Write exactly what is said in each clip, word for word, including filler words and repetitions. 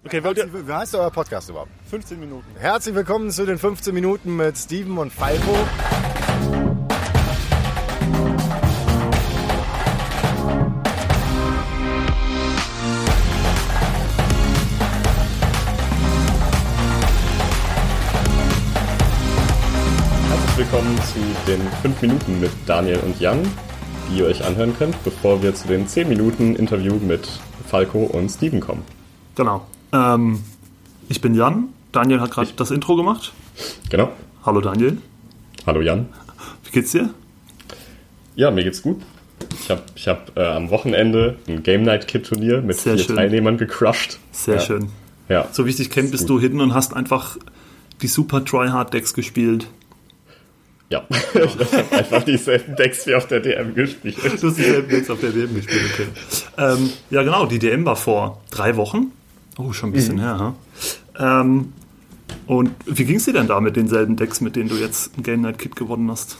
Okay, wollt ihr... Wie heißt euer Podcast überhaupt? fünfzehn Minuten. Herzlich willkommen zu den fünfzehn Minuten mit Steven und Falco. Herzlich willkommen zu den fünf Minuten mit Daniel und Jan, die ihr euch anhören könnt, bevor wir zu den zehn Minuten Interview mit Falco und Steven kommen. Genau. Ähm, ich bin Jan. Daniel hat gerade das Intro gemacht. Genau. Hallo Daniel. Hallo Jan. Wie geht's dir? Ja, mir geht's gut. Ich habe ich hab, äh, am Wochenende ein Game Night Kit Turnier mit Sehr vier schön. Teilnehmern gecrushed. Sehr ja. schön. Ja. So wie ich dich kenne, bist gut. du hinten und hast einfach die super Tryhard-Decks gespielt. Ja, ich habe einfach dieselben Decks wie auf der D M gespielt. Du hast dieselben Decks auf der D M gespielt, okay. Ähm, ja genau, die D M war vor drei Wochen. Oh, schon ein bisschen mhm. her, ha? Ähm, und wie ging's dir denn da mit denselben Decks, mit denen du jetzt ein Game Night Kit gewonnen hast?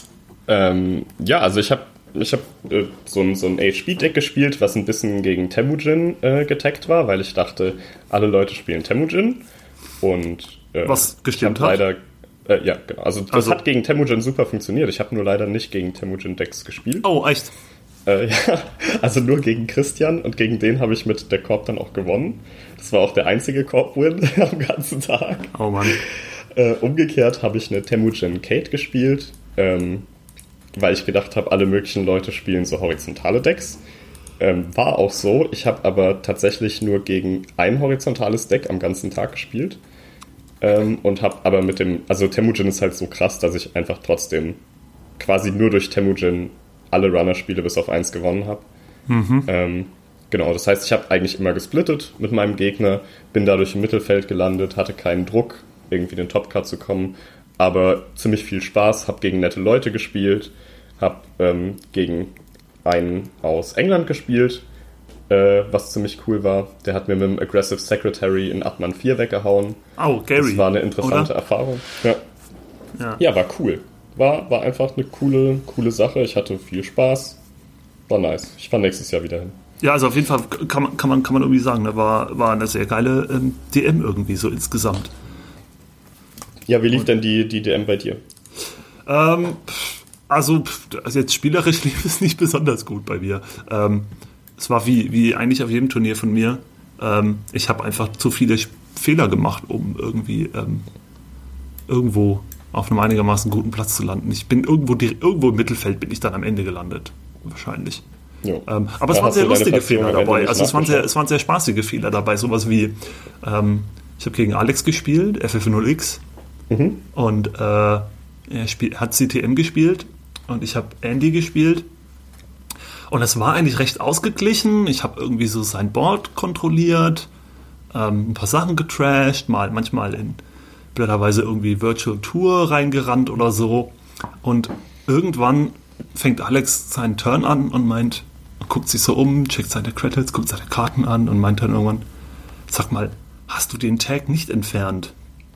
Ähm, ja, also ich habe ich hab, äh, so ein, so ein H P-Deck gespielt, was ein bisschen gegen Temujin äh, getaggt war, weil ich dachte, alle Leute spielen Temujin. Und äh, was gestimmt ich hab hat? Leider, äh, ja, genau. Also das Also- hat gegen Temujin super funktioniert. Ich habe nur leider nicht gegen Temujin-Decks gespielt. Oh, echt? Äh, ja, also nur gegen Christian, und gegen den habe ich mit der Korb dann auch gewonnen. Das war auch der einzige Korb-Win am ganzen Tag. Oh Mann. Äh, umgekehrt habe ich eine Temujin Kate gespielt, ähm, weil ich gedacht habe, alle möglichen Leute spielen so horizontale Decks. Ähm, war auch so. Ich habe aber tatsächlich nur gegen ein horizontales Deck am ganzen Tag gespielt. Ähm, und habe aber mit dem, also Temujin ist halt so krass, dass ich einfach trotzdem quasi nur durch Temujin alle Runner-Spiele bis auf eins gewonnen habe. Mhm. Ähm, genau, das heißt, ich habe eigentlich immer gesplittet mit meinem Gegner, bin dadurch im Mittelfeld gelandet, hatte keinen Druck, irgendwie den Top-Cut zu kommen, aber ziemlich viel Spaß, habe gegen nette Leute gespielt, habe ähm, gegen einen aus England gespielt, äh, was ziemlich cool war. Der hat mir mit dem Aggressive Secretary in Atman vier weggehauen. Oh, Gary. Das war eine interessante oder? Erfahrung. Ja. Ja. ja, war cool. War, war einfach eine coole, coole Sache. Ich hatte viel Spaß. War nice. Ich fahre nächstes Jahr wieder hin. Ja, also auf jeden Fall kann man, kann man, kann man irgendwie sagen, da war, war eine sehr geile ähm, D M irgendwie so insgesamt. Ja, wie lief denn die, die D M bei dir? Ähm, also, also jetzt spielerisch lief es nicht besonders gut bei mir. Ähm, es war wie, wie eigentlich auf jedem Turnier von mir. Ähm, ich habe einfach zu viele Sp- Fehler gemacht, um irgendwie ähm, irgendwo auf einem einigermaßen guten Platz zu landen. Ich bin irgendwo, die, irgendwo im Mittelfeld bin ich dann am Ende gelandet. Wahrscheinlich. Jo. Ähm, aber es Da waren hast sehr du deine lustige Platzierung Fehler am Ende dabei. nicht Also es waren, sehr, nachgeschaut. es waren sehr spaßige Fehler dabei. Sowas wie, ähm, ich habe gegen Alex gespielt, F F null X. Mhm. Und äh, er spiel, hat C T M gespielt und ich habe Andy gespielt. Und es war eigentlich recht ausgeglichen. Ich habe irgendwie so sein Board kontrolliert, ähm, ein paar Sachen getrashed, mal manchmal in blöderweise irgendwie Virtual Tour reingerannt oder so. Und irgendwann fängt Alex seinen Turn an und meint, guckt sich so um, checkt seine Credits, guckt seine Karten an und meint dann irgendwann, sag mal, hast du den Tag nicht entfernt?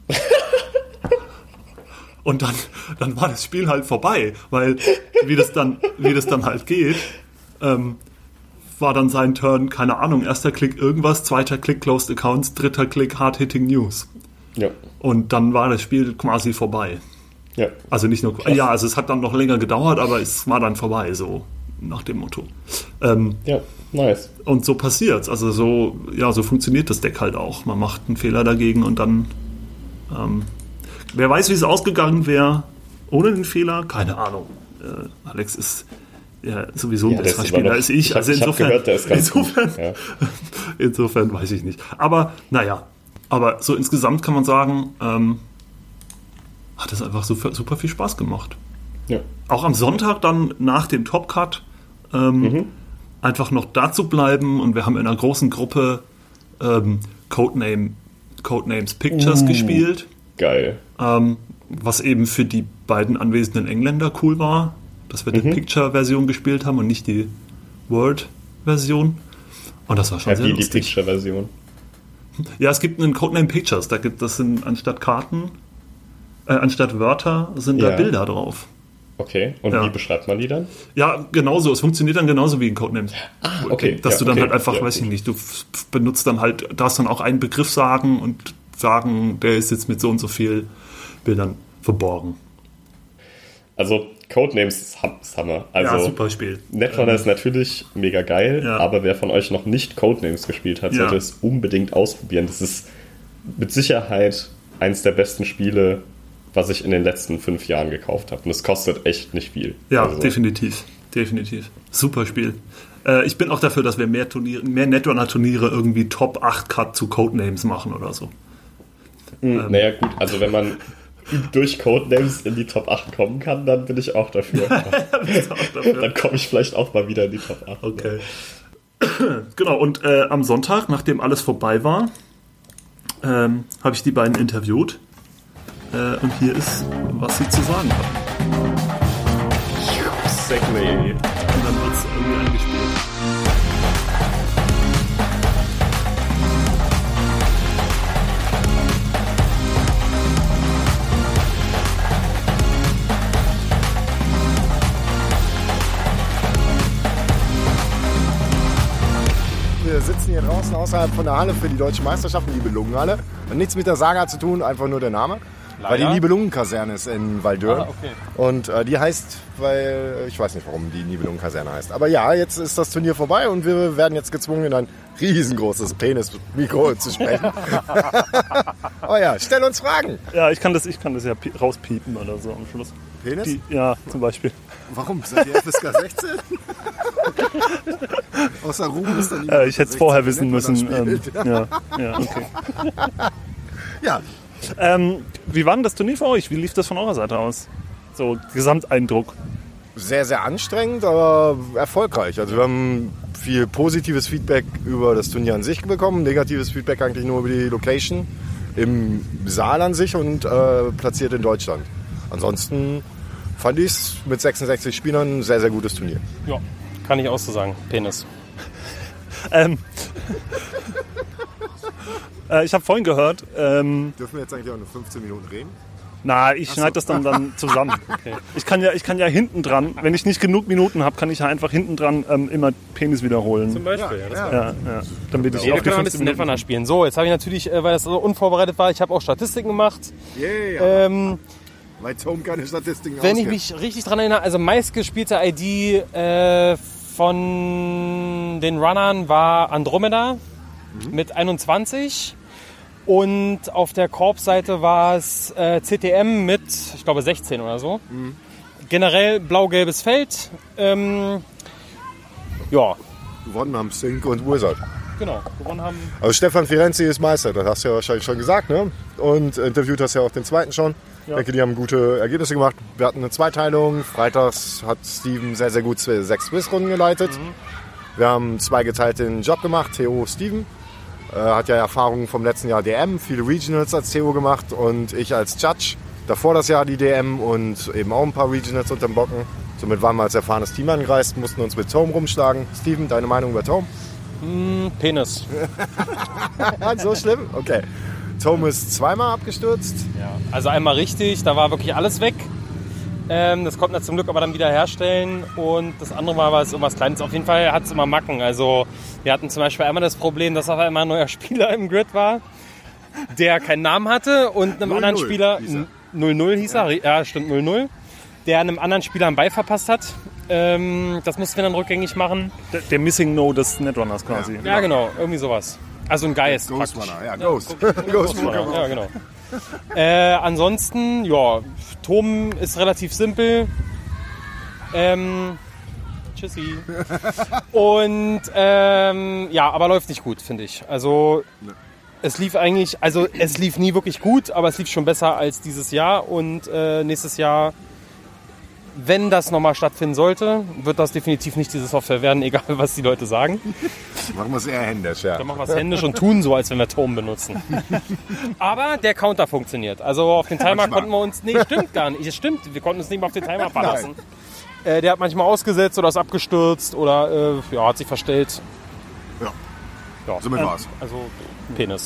Und dann, dann war das Spiel halt vorbei, weil wie das dann, wie das dann halt geht, ähm, war dann sein Turn, keine Ahnung, erster Klick irgendwas, zweiter Klick Closed Accounts, dritter Klick Hard-Hitting News. Ja. Und dann war das Spiel quasi vorbei. Ja. Also nicht nur, Krass. ja, also es hat dann noch länger gedauert, aber es war dann vorbei, so nach dem Motto. Ähm, Ja, nice. und so passiert's. Also so, ja, so funktioniert das Deck halt auch. Man macht einen Fehler dagegen und dann, ähm, wer weiß, wie es ausgegangen wäre ohne den Fehler, keine Ahnung. Äh, Alex ist ja sowieso ein Ja, der ist besserer immer Spieler noch- als ich. ich hab- Also ich hab insofern, gehört, der ist ganz insofern, gut, ja. insofern weiß ich nicht. Aber naja, aber so insgesamt kann man sagen, ähm, hat es einfach super, super viel Spaß gemacht. Ja. Auch am Sonntag dann nach dem Top-Cut ähm, Mhm. einfach noch da zu bleiben, und wir haben in einer großen Gruppe ähm, Codename, Codenames Pictures Uh. gespielt, Geil. ähm, was eben für die beiden anwesenden Engländer cool war, dass wir die Mhm. Picture-Version gespielt haben und nicht die Word-Version. Und das war schon Ja, sehr wie die lustig. Picture-Version. Ja, es gibt einen Codename Pictures, da gibt das sind anstatt Karten, äh, anstatt Wörter sind da Ja. Bilder drauf. Okay, und Ja. wie beschreibt man die dann? Ja, genauso. Es funktioniert dann genauso wie in Codenames. Ah, okay. Dass ja, du dann okay. halt einfach, ja, weiß gut. ich nicht, du f- benutzt dann halt, darfst dann auch einen Begriff sagen und sagen, der ist jetzt mit so und so viel Bildern verborgen. Also Codenames ist Ham- ist Hammer. Also ja, super Spiel. Netrunner ist natürlich mega geil, Ja. aber wer von euch noch nicht Codenames gespielt hat, Ja. sollte es unbedingt ausprobieren. Das ist mit Sicherheit eins der besten Spiele, was ich in den letzten fünf Jahren gekauft habe. Und es kostet echt nicht viel. Ja, also, definitiv. Definitiv. Super Spiel. Äh, ich bin auch dafür, dass wir mehr Turniere, mehr Netrunner-Turniere irgendwie Top acht Cut zu Codenames machen oder so. mh, naja, gut, also wenn man durch Codenames in die Top acht kommen kann, dann bin ich auch dafür. Dann komme ich vielleicht auch mal wieder in die Top acht. Okay. Genau, und äh, am Sonntag, nachdem alles vorbei war, ähm, habe ich die beiden interviewt. Äh, und hier ist, was sie zu sagen haben. Segway. Und dann wird es irgendwie eingespielt. Wir sitzen hier draußen außerhalb von der Halle für die Deutsche Meisterschaft, die Nibelungenhalle. Hat nichts mit der Saga zu tun, einfach nur der Name. Weil die Nibelungenkaserne ist in Waldürn. Ah, okay. Und äh, die heißt, weil, ich weiß nicht, warum die Nibelungenkaserne heißt. Aber ja, jetzt ist das Turnier vorbei und wir werden jetzt gezwungen, in ein riesengroßes Penis-Mikro zu sprechen. Aber ja, stell uns Fragen. Ja, ich kann das, ich kann das ja pi- rauspiepen oder so am Schluss. Penis? Die, ja, zum Beispiel. Warum? Seid ihr F S K sechzehn? Außer Ruben ist dann Äh, ich hätte es vorher wissen müssen. Ähm, Ähm, ja, ja, okay. ja, Ähm, wie war denn das Turnier für euch? Wie lief das von eurer Seite aus? So, Gesamteindruck. sehr, sehr anstrengend, aber erfolgreich. Also wir haben viel positives Feedback über das Turnier an sich bekommen, negatives Feedback eigentlich nur über die Location im Saal an sich und äh, platziert in Deutschland. Ansonsten fand ich es mit sechsundsechzig Spielern ein sehr, sehr gutes Turnier. Ja, kann ich auch so sagen. Penis. Ähm, äh, ich habe vorhin gehört, ähm, Dürfen wir jetzt eigentlich auch nur fünfzehn Minuten reden? na, ich schneide das dann, dann zusammen. Ich kann ja, ich kann ja hinten dran, wenn ich nicht genug Minuten habe, kann ich ja einfach hinten dran ähm, immer Penis wiederholen. Zum Beispiel. Ja, das ja. Ja, ja. Damit ich Jeder auf die kann ein fünfzehn bisschen Netrunner spielen. So, jetzt habe ich natürlich, äh, weil das so unvorbereitet war, ich habe auch Statistiken gemacht. Yeah, Ähm, weil Tom keine Statistiken wenn ich ausgibt. mich richtig dran erinnere, also meistgespielte I D äh, von den Runnern war Andromeda mit einundzwanzig. Und auf der Korb-Seite war es äh, C T M mit, ich glaube, sechzehn oder so. Generell blau-gelbes Feld. Ähm, ja, Gewonnen haben Sync und Wizard. genau. Gewonnen haben. Also Stefan Firenzi ist Meister, das hast du ja wahrscheinlich schon gesagt, ne? Und interviewt hast ja auch den zweiten schon. Ich denke, die haben gute Ergebnisse gemacht. Wir hatten eine Zweiteilung. Freitags hat Steven sehr, sehr gut sechs Quizrunden geleitet. Wir haben zwei geteilt den Job gemacht. Theo Steven äh, hat ja Erfahrungen vom letzten Jahr D M, viele Regionals als Theo gemacht und ich als Judge. Davor das Jahr die D M und eben auch ein paar Regionals unterm Bocken. Somit waren wir als erfahrenes Team angereist, mussten uns mit Tom rumschlagen. Steven, deine Meinung über Tom? Penis. So schlimm? Okay. Tom ist zweimal abgestürzt. Ja, also einmal richtig, da war wirklich alles weg. Ähm, das konnten wir zum Glück aber dann wieder herstellen. Und das andere Mal war es irgendwas Kleines. Auf jeden Fall hat es immer Macken. Also wir hatten zum Beispiel einmal das Problem, dass auf einmal ein neuer Spieler im Grid war, der keinen Namen hatte und einem null anderen null Spieler hieß er. null null hieß er, ja stimmt null null, der einem anderen Spieler einen Ball verpasst hat. Ähm, das mussten wir dann rückgängig machen. Der, der Missing No des Netrunners quasi. Ja genau, irgendwie sowas. Also ein Geist Ghost praktisch. Runner, ja, Ghost. Ghost Ghost Runner. Runner, ja, genau. Äh, ansonsten, ja, Tom ist relativ simpel. Ähm, tschüssi. Und ähm, ja, aber läuft nicht gut, finde ich. Also es lief eigentlich, also es lief nie wirklich gut, aber es lief schon besser als dieses Jahr. Und äh, nächstes Jahr, wenn das nochmal stattfinden sollte, wird das definitiv nicht diese Software werden, egal was die Leute sagen. Machen wir es eher händisch, ja. Dann machen wir es händisch und tun so, als wenn wir Tom benutzen. Aber der Counter funktioniert. Also auf den Timer Manchmal. konnten wir uns... Nee, stimmt gar nicht. Es stimmt, wir konnten uns nicht mehr auf den Timer verlassen. Äh, der hat manchmal ausgesetzt oder ist abgestürzt oder äh, ja, hat sich verstellt. Ja. Ja. Somit war's. Also Penis.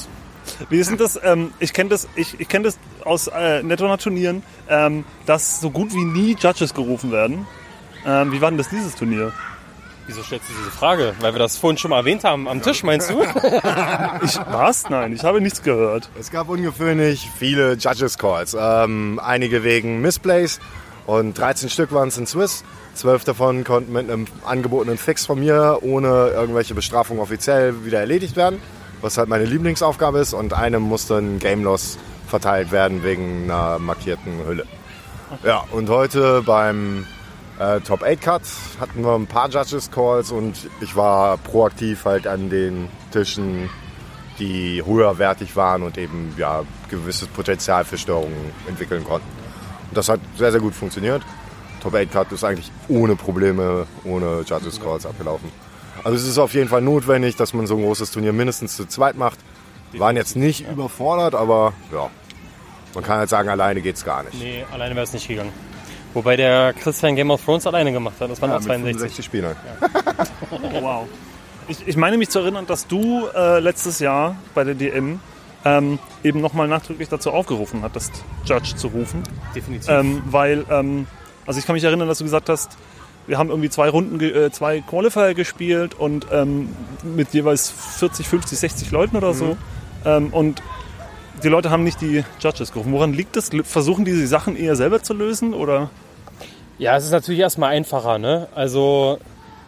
Wie ist denn das? Ähm, ich kenne das, ich, ich kenn das aus äh, Nettoner-Turnieren, ähm, dass so gut wie nie Judges gerufen werden. Ähm, wie war denn das dieses Turnier? Wieso stellst du diese Frage? Weil wir das vorhin schon mal erwähnt haben am Tisch, meinst du? Ich was? Nein, ich habe nichts gehört. Es gab ungewöhnlich viele Judges Calls. Ähm, einige wegen Missplays und dreizehn Stück waren es in Swiss. Zwölf davon konnten mit einem angebotenen Fix von mir ohne irgendwelche Bestrafung offiziell wieder erledigt werden, was halt meine Lieblingsaufgabe ist. Und einem musste ein Game Loss verteilt werden wegen einer markierten Hülle. Okay. Ja, und heute beim äh, Top acht Cut hatten wir ein paar Judges Calls und ich war proaktiv halt an den Tischen, die höherwertig waren und eben ja gewisses Potenzial für Störungen entwickeln konnten. Und das hat sehr, sehr gut funktioniert. Top acht Cut ist eigentlich ohne Probleme, ohne Judges Calls abgelaufen. Also es ist auf jeden Fall notwendig, dass man so ein großes Turnier mindestens zu zweit macht. Wir waren jetzt nicht überfordert, aber ja, man kann halt sagen, alleine geht's gar nicht. Nee, alleine wäre es nicht gegangen. Wobei der Christian Game of Thrones alleine gemacht hat, das waren Ja, auch mit zweiundsechzig. fünfundsechzig Spielern. Oh, wow. Ich, ich meine mich zu erinnern, dass du äh, letztes Jahr bei der D M ähm, eben nochmal nachdrücklich dazu aufgerufen hattest, Judge zu rufen. Definitiv. Ähm, weil, ähm, also ich kann mich erinnern, dass du gesagt hast, wir haben irgendwie zwei Runden, äh, zwei Qualifier gespielt und ähm, mit jeweils vierzig, fünfzig, sechzig Leuten oder so. Mhm. Ähm, und die Leute haben nicht die Judges gerufen. Woran liegt das? Versuchen die die Sachen eher selber zu lösen oder? Ja, es ist natürlich erstmal einfacher, ne? Also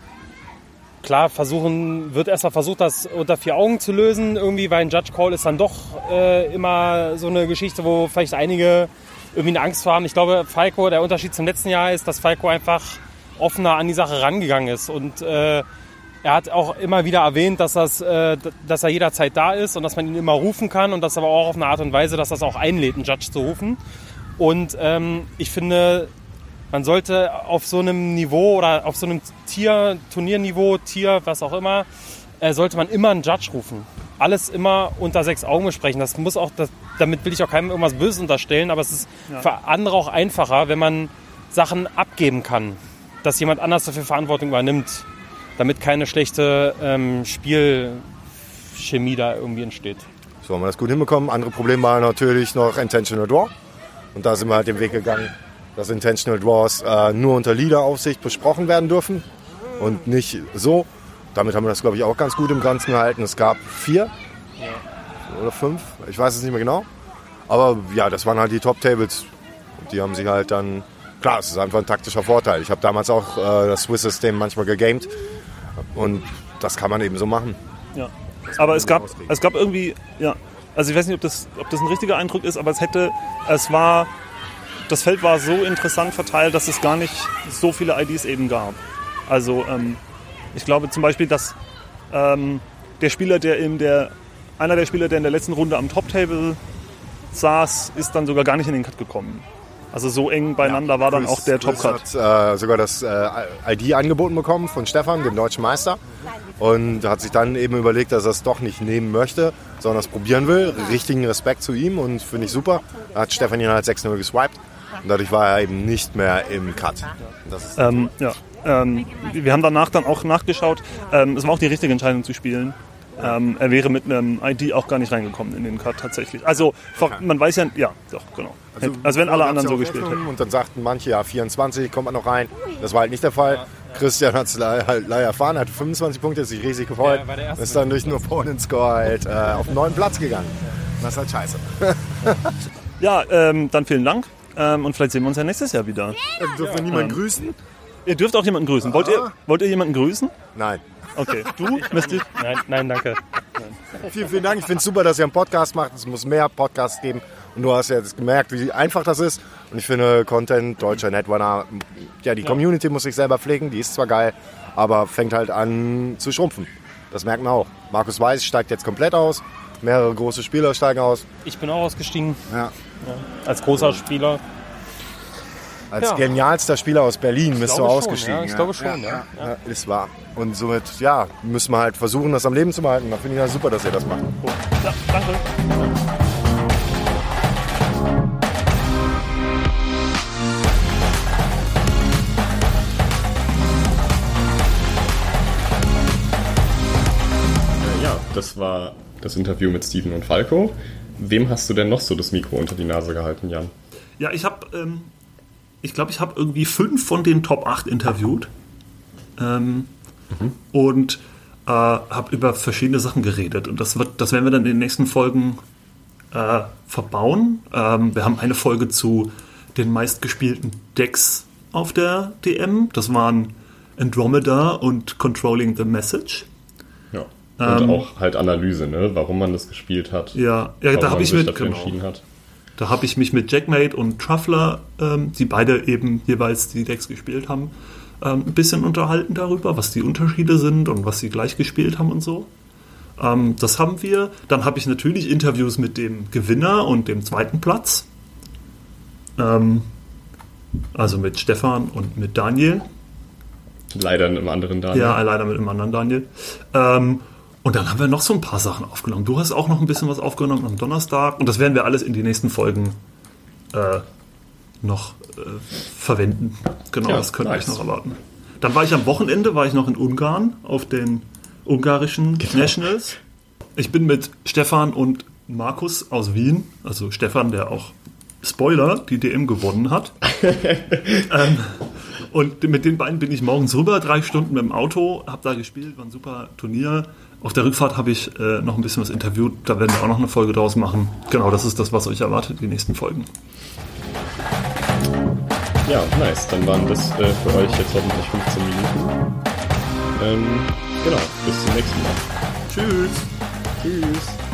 klar, versuchen, wird erstmal versucht, das unter vier Augen zu lösen, irgendwie, weil ein Judge Call ist dann doch äh, immer so eine Geschichte, wo vielleicht einige irgendwie eine Angst vor haben. Ich glaube, Falco, der Unterschied zum letzten Jahr ist, dass Falco einfach offener an die Sache rangegangen ist und äh, er hat auch immer wieder erwähnt, dass, das, äh, dass er jederzeit da ist und dass man ihn immer rufen kann und das aber auch auf eine Art und Weise, dass das auch einlädt, einen Judge zu rufen. Und ähm, ich finde, man sollte auf so einem Niveau oder auf so einem Tier, Turnierniveau, Tier, was auch immer, äh, sollte man immer einen Judge rufen. Alles immer unter sechs Augen besprechen. Das muss auch, das, damit will ich auch keinem irgendwas Böses unterstellen, aber es ist ja. für andere auch einfacher, wenn man Sachen abgeben kann, dass jemand anders dafür Verantwortung übernimmt, damit keine schlechte ähm, Spielchemie da irgendwie entsteht. So haben wir das gut hinbekommen. Andere Problem war natürlich noch Intentional Draw. Und da sind wir halt den Weg gegangen, dass Intentional Draws äh, nur unter Leaderaufsicht besprochen werden dürfen und nicht so. Damit haben wir das, glaube ich, auch ganz gut im Ganzen gehalten. Es gab vier ja. oder fünf, ich weiß es nicht mehr genau. Aber ja, das waren halt die Top-Tables. Und die haben sich halt dann, klar, es ist einfach ein taktischer Vorteil. Ich habe damals auch äh, das Swiss-System manchmal gegamed. Und das kann man eben so machen. Ja. Aber es gab, es gab irgendwie, ja, also ich weiß nicht, ob das, ob das ein richtiger Eindruck ist, aber es hätte, es war, das Feld war so interessant verteilt, dass es gar nicht so viele I Ds eben gab. Also ähm, ich glaube zum Beispiel, dass ähm, der Spieler, der in der, einer der Spieler, der in der letzten Runde am Top-Table saß, ist dann sogar gar nicht in den Cut gekommen. Also so eng beieinander ja, war dann Chris, auch der Top-Cut. Chris hat äh, sogar das äh, I D angeboten bekommen von Stefan, dem deutschen Meister. Und hat sich dann eben überlegt, dass er es doch nicht nehmen möchte, sondern es probieren will. Richtigen Respekt zu ihm und finde ich super. Da hat Stefan ihn halt sechs null geswiped. Und dadurch war er eben nicht mehr im Cut. Das ist ähm, ja. ähm, wir haben danach dann auch nachgeschaut. Ähm, es war auch die richtige Entscheidung zu spielen. Ähm, er wäre mit einem I D auch gar nicht reingekommen in den Cut tatsächlich. Also man weiß ja, ja, doch, genau. Also, also wenn alle anderen so gespielt hätten. Und dann sagten manche, ja, vierundzwanzig kommt man noch rein. Das war halt nicht der Fall. Ja, ja. Christian hat es halt leider erfahren, hat fünfundzwanzig Punkte, ist sich riesig gefreut. Ja, ist dann durch den Opponent-Score halt äh, auf den neunten Platz gegangen. Das ist halt scheiße. Ja, ähm, dann vielen Dank. Ähm, und vielleicht sehen wir uns ja nächstes Jahr wieder. Ja, dürfen wir niemanden ähm, grüßen? Ihr dürft auch jemanden grüßen. Wollt ihr, wollt ihr jemanden grüßen? Nein. Okay, du? Misty? Nein, nein, danke. Nein. Vielen, vielen Dank. Ich finde es super, dass ihr einen Podcast macht. Es muss mehr Podcasts geben. Und du hast ja jetzt gemerkt, wie einfach das ist. Und ich finde, Content, deutscher Netrunner, ja, die Community muss sich selber pflegen. Die ist zwar geil, aber fängt halt an zu schrumpfen. Das merkt man auch. Markus Weiß steigt jetzt komplett aus. Mehrere große Spieler steigen aus. Ich bin auch ausgestiegen. Ja. Ja. Als großer Spieler. Als ja. genialster Spieler aus Berlin bist du ausgestiegen. Ja, ich glaube schon, ja. Ja, ja. Ja, ist wahr. Und somit, ja, müssen wir halt versuchen, das am Leben zu behalten. Da finde ich das super, dass ihr das macht. Cool. Ja, danke. Ja, das war das Interview mit Steven und Falco. Wem hast du denn noch so das Mikro unter die Nase gehalten, Jan? Ja, ich habe, ähm, ich glaube, ich habe irgendwie fünf von den Top acht interviewt ähm, mhm. und äh, habe über verschiedene Sachen geredet. Und das wird, das werden wir dann in den nächsten Folgen äh, verbauen. Ähm, wir haben eine Folge zu den meistgespielten Decks auf der D M. Das waren Andromeda und Controlling the Message. Ja. Und ähm, auch halt Analyse, ne? Warum man das gespielt hat. Ja, ja da habe ich mit genau, entschieden hat. Da habe ich mich mit Jackmate und Truffler, ähm, die beide eben jeweils die Decks gespielt haben, ähm, ein bisschen unterhalten darüber, was die Unterschiede sind und was sie gleich gespielt haben und so. Ähm, das haben wir. Dann habe ich natürlich Interviews mit dem Gewinner und dem zweiten Platz. Ähm, also mit Stefan und mit Daniel. Leider mit einem anderen Daniel. Ja, leider mit einem anderen Daniel. Ähm, und dann haben wir noch so ein paar Sachen aufgenommen. Du hast auch noch ein bisschen was aufgenommen am Donnerstag. Und das werden wir alles in die nächsten Folgen äh, noch äh, verwenden. Genau, ja, das könnt ihr nice. euch noch erwarten. Dann war ich am Wochenende, war ich noch in Ungarn auf den ungarischen genau. Nationals. Ich bin mit Stefan und Markus aus Wien, also Stefan, der auch, Spoiler, die D M gewonnen hat. ähm, und mit den beiden bin ich morgens rüber, drei Stunden mit dem Auto, habe da gespielt, war ein super Turnier. Auf der Rückfahrt habe ich äh, noch ein bisschen was interviewt, da werden wir auch noch eine Folge draus machen. Genau, das ist das, was euch erwartet, die nächsten Folgen. Ja, nice. Dann waren das äh, für euch jetzt hoffentlich fünfzehn Minuten. Ähm, genau, bis zum nächsten Mal. Tschüss. Tschüss.